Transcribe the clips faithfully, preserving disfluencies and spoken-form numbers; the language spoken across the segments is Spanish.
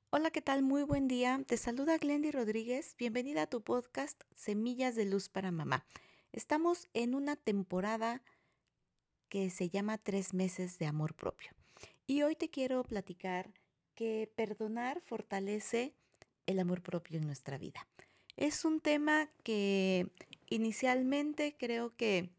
Hola, ¿qué tal? Muy buen día. Te saluda Glendy Rodríguez. Bienvenida a tu podcast Semillas de Luz para Mamá. Estamos en una temporada que se llama Tres meses de amor propio. Y hoy te quiero platicar que perdonar fortalece el amor propio en nuestra vida. Es un tema que inicialmente creo que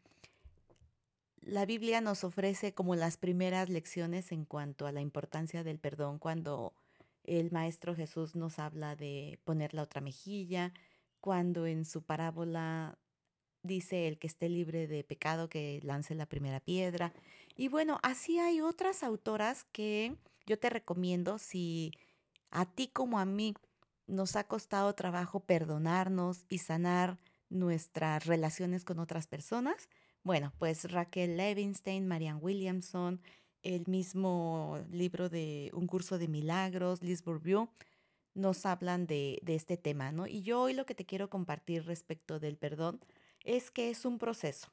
la Biblia nos ofrece como las primeras lecciones en cuanto a la importancia del perdón cuando el Maestro Jesús nos habla de poner la otra mejilla, cuando en su parábola dice el que esté libre de pecado que lance la primera piedra. Y bueno, así hay otras autoras que yo te recomiendo si a ti como a mí nos ha costado trabajo perdonarnos y sanar nuestras relaciones con otras personas. Bueno, pues Raquel Levinstein, Marianne Williamson, el mismo libro de Un curso de milagros, Liz Bourbeau, nos hablan de, de este tema, ¿no? Y yo hoy lo que te quiero compartir respecto del perdón es que es un proceso.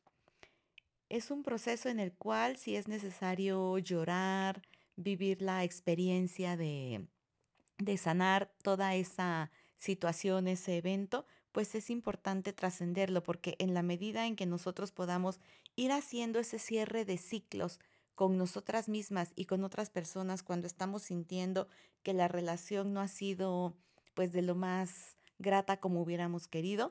Es un proceso en el cual si es necesario llorar, vivir la experiencia de de sanar toda esa situación, ese evento, pues es importante trascenderlo, porque en la medida en que nosotros podamos ir haciendo ese cierre de ciclos con nosotras mismas y con otras personas cuando estamos sintiendo que la relación no ha sido pues de lo más grata como hubiéramos querido.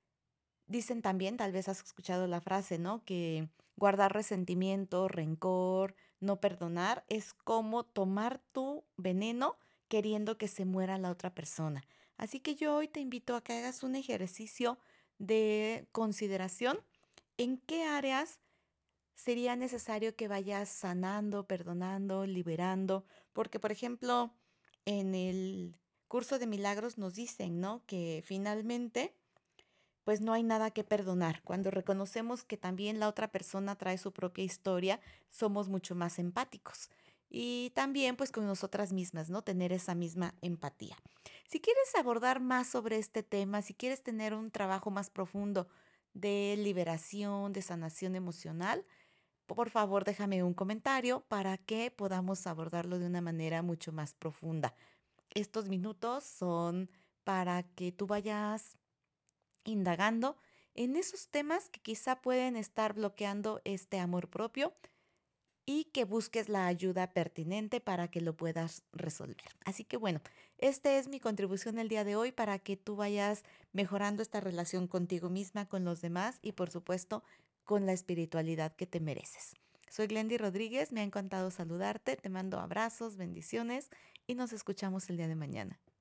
Dicen también, tal vez has escuchado la frase, ¿no? Que guardar resentimiento, rencor, no perdonar es como tomar tu veneno queriendo que se muera la otra persona. Así que yo hoy te invito a que hagas un ejercicio de consideración en qué áreas sería necesario que vayas sanando, perdonando, liberando, porque por ejemplo, en el curso de milagros nos dicen, ¿no? Que finalmente pues no hay nada que perdonar. Cuando reconocemos que también la otra persona trae su propia historia, somos mucho más empáticos. Y también pues con nosotras mismas, ¿no? Tener esa misma empatía. Si quieres abordar más sobre este tema, si quieres tener un trabajo más profundo de liberación, de sanación emocional, por favor déjame un comentario para que podamos abordarlo de una manera mucho más profunda. Estos minutos son para que tú vayas indagando en esos temas que quizá pueden estar bloqueando este amor propio y que busques la ayuda pertinente para que lo puedas resolver. Así que bueno, esta es mi contribución el día de hoy para que tú vayas mejorando esta relación contigo misma, con los demás y por supuesto con la espiritualidad que te mereces. Soy Glendy Rodríguez, me ha encantado saludarte, te mando abrazos, bendiciones y nos escuchamos el día de mañana.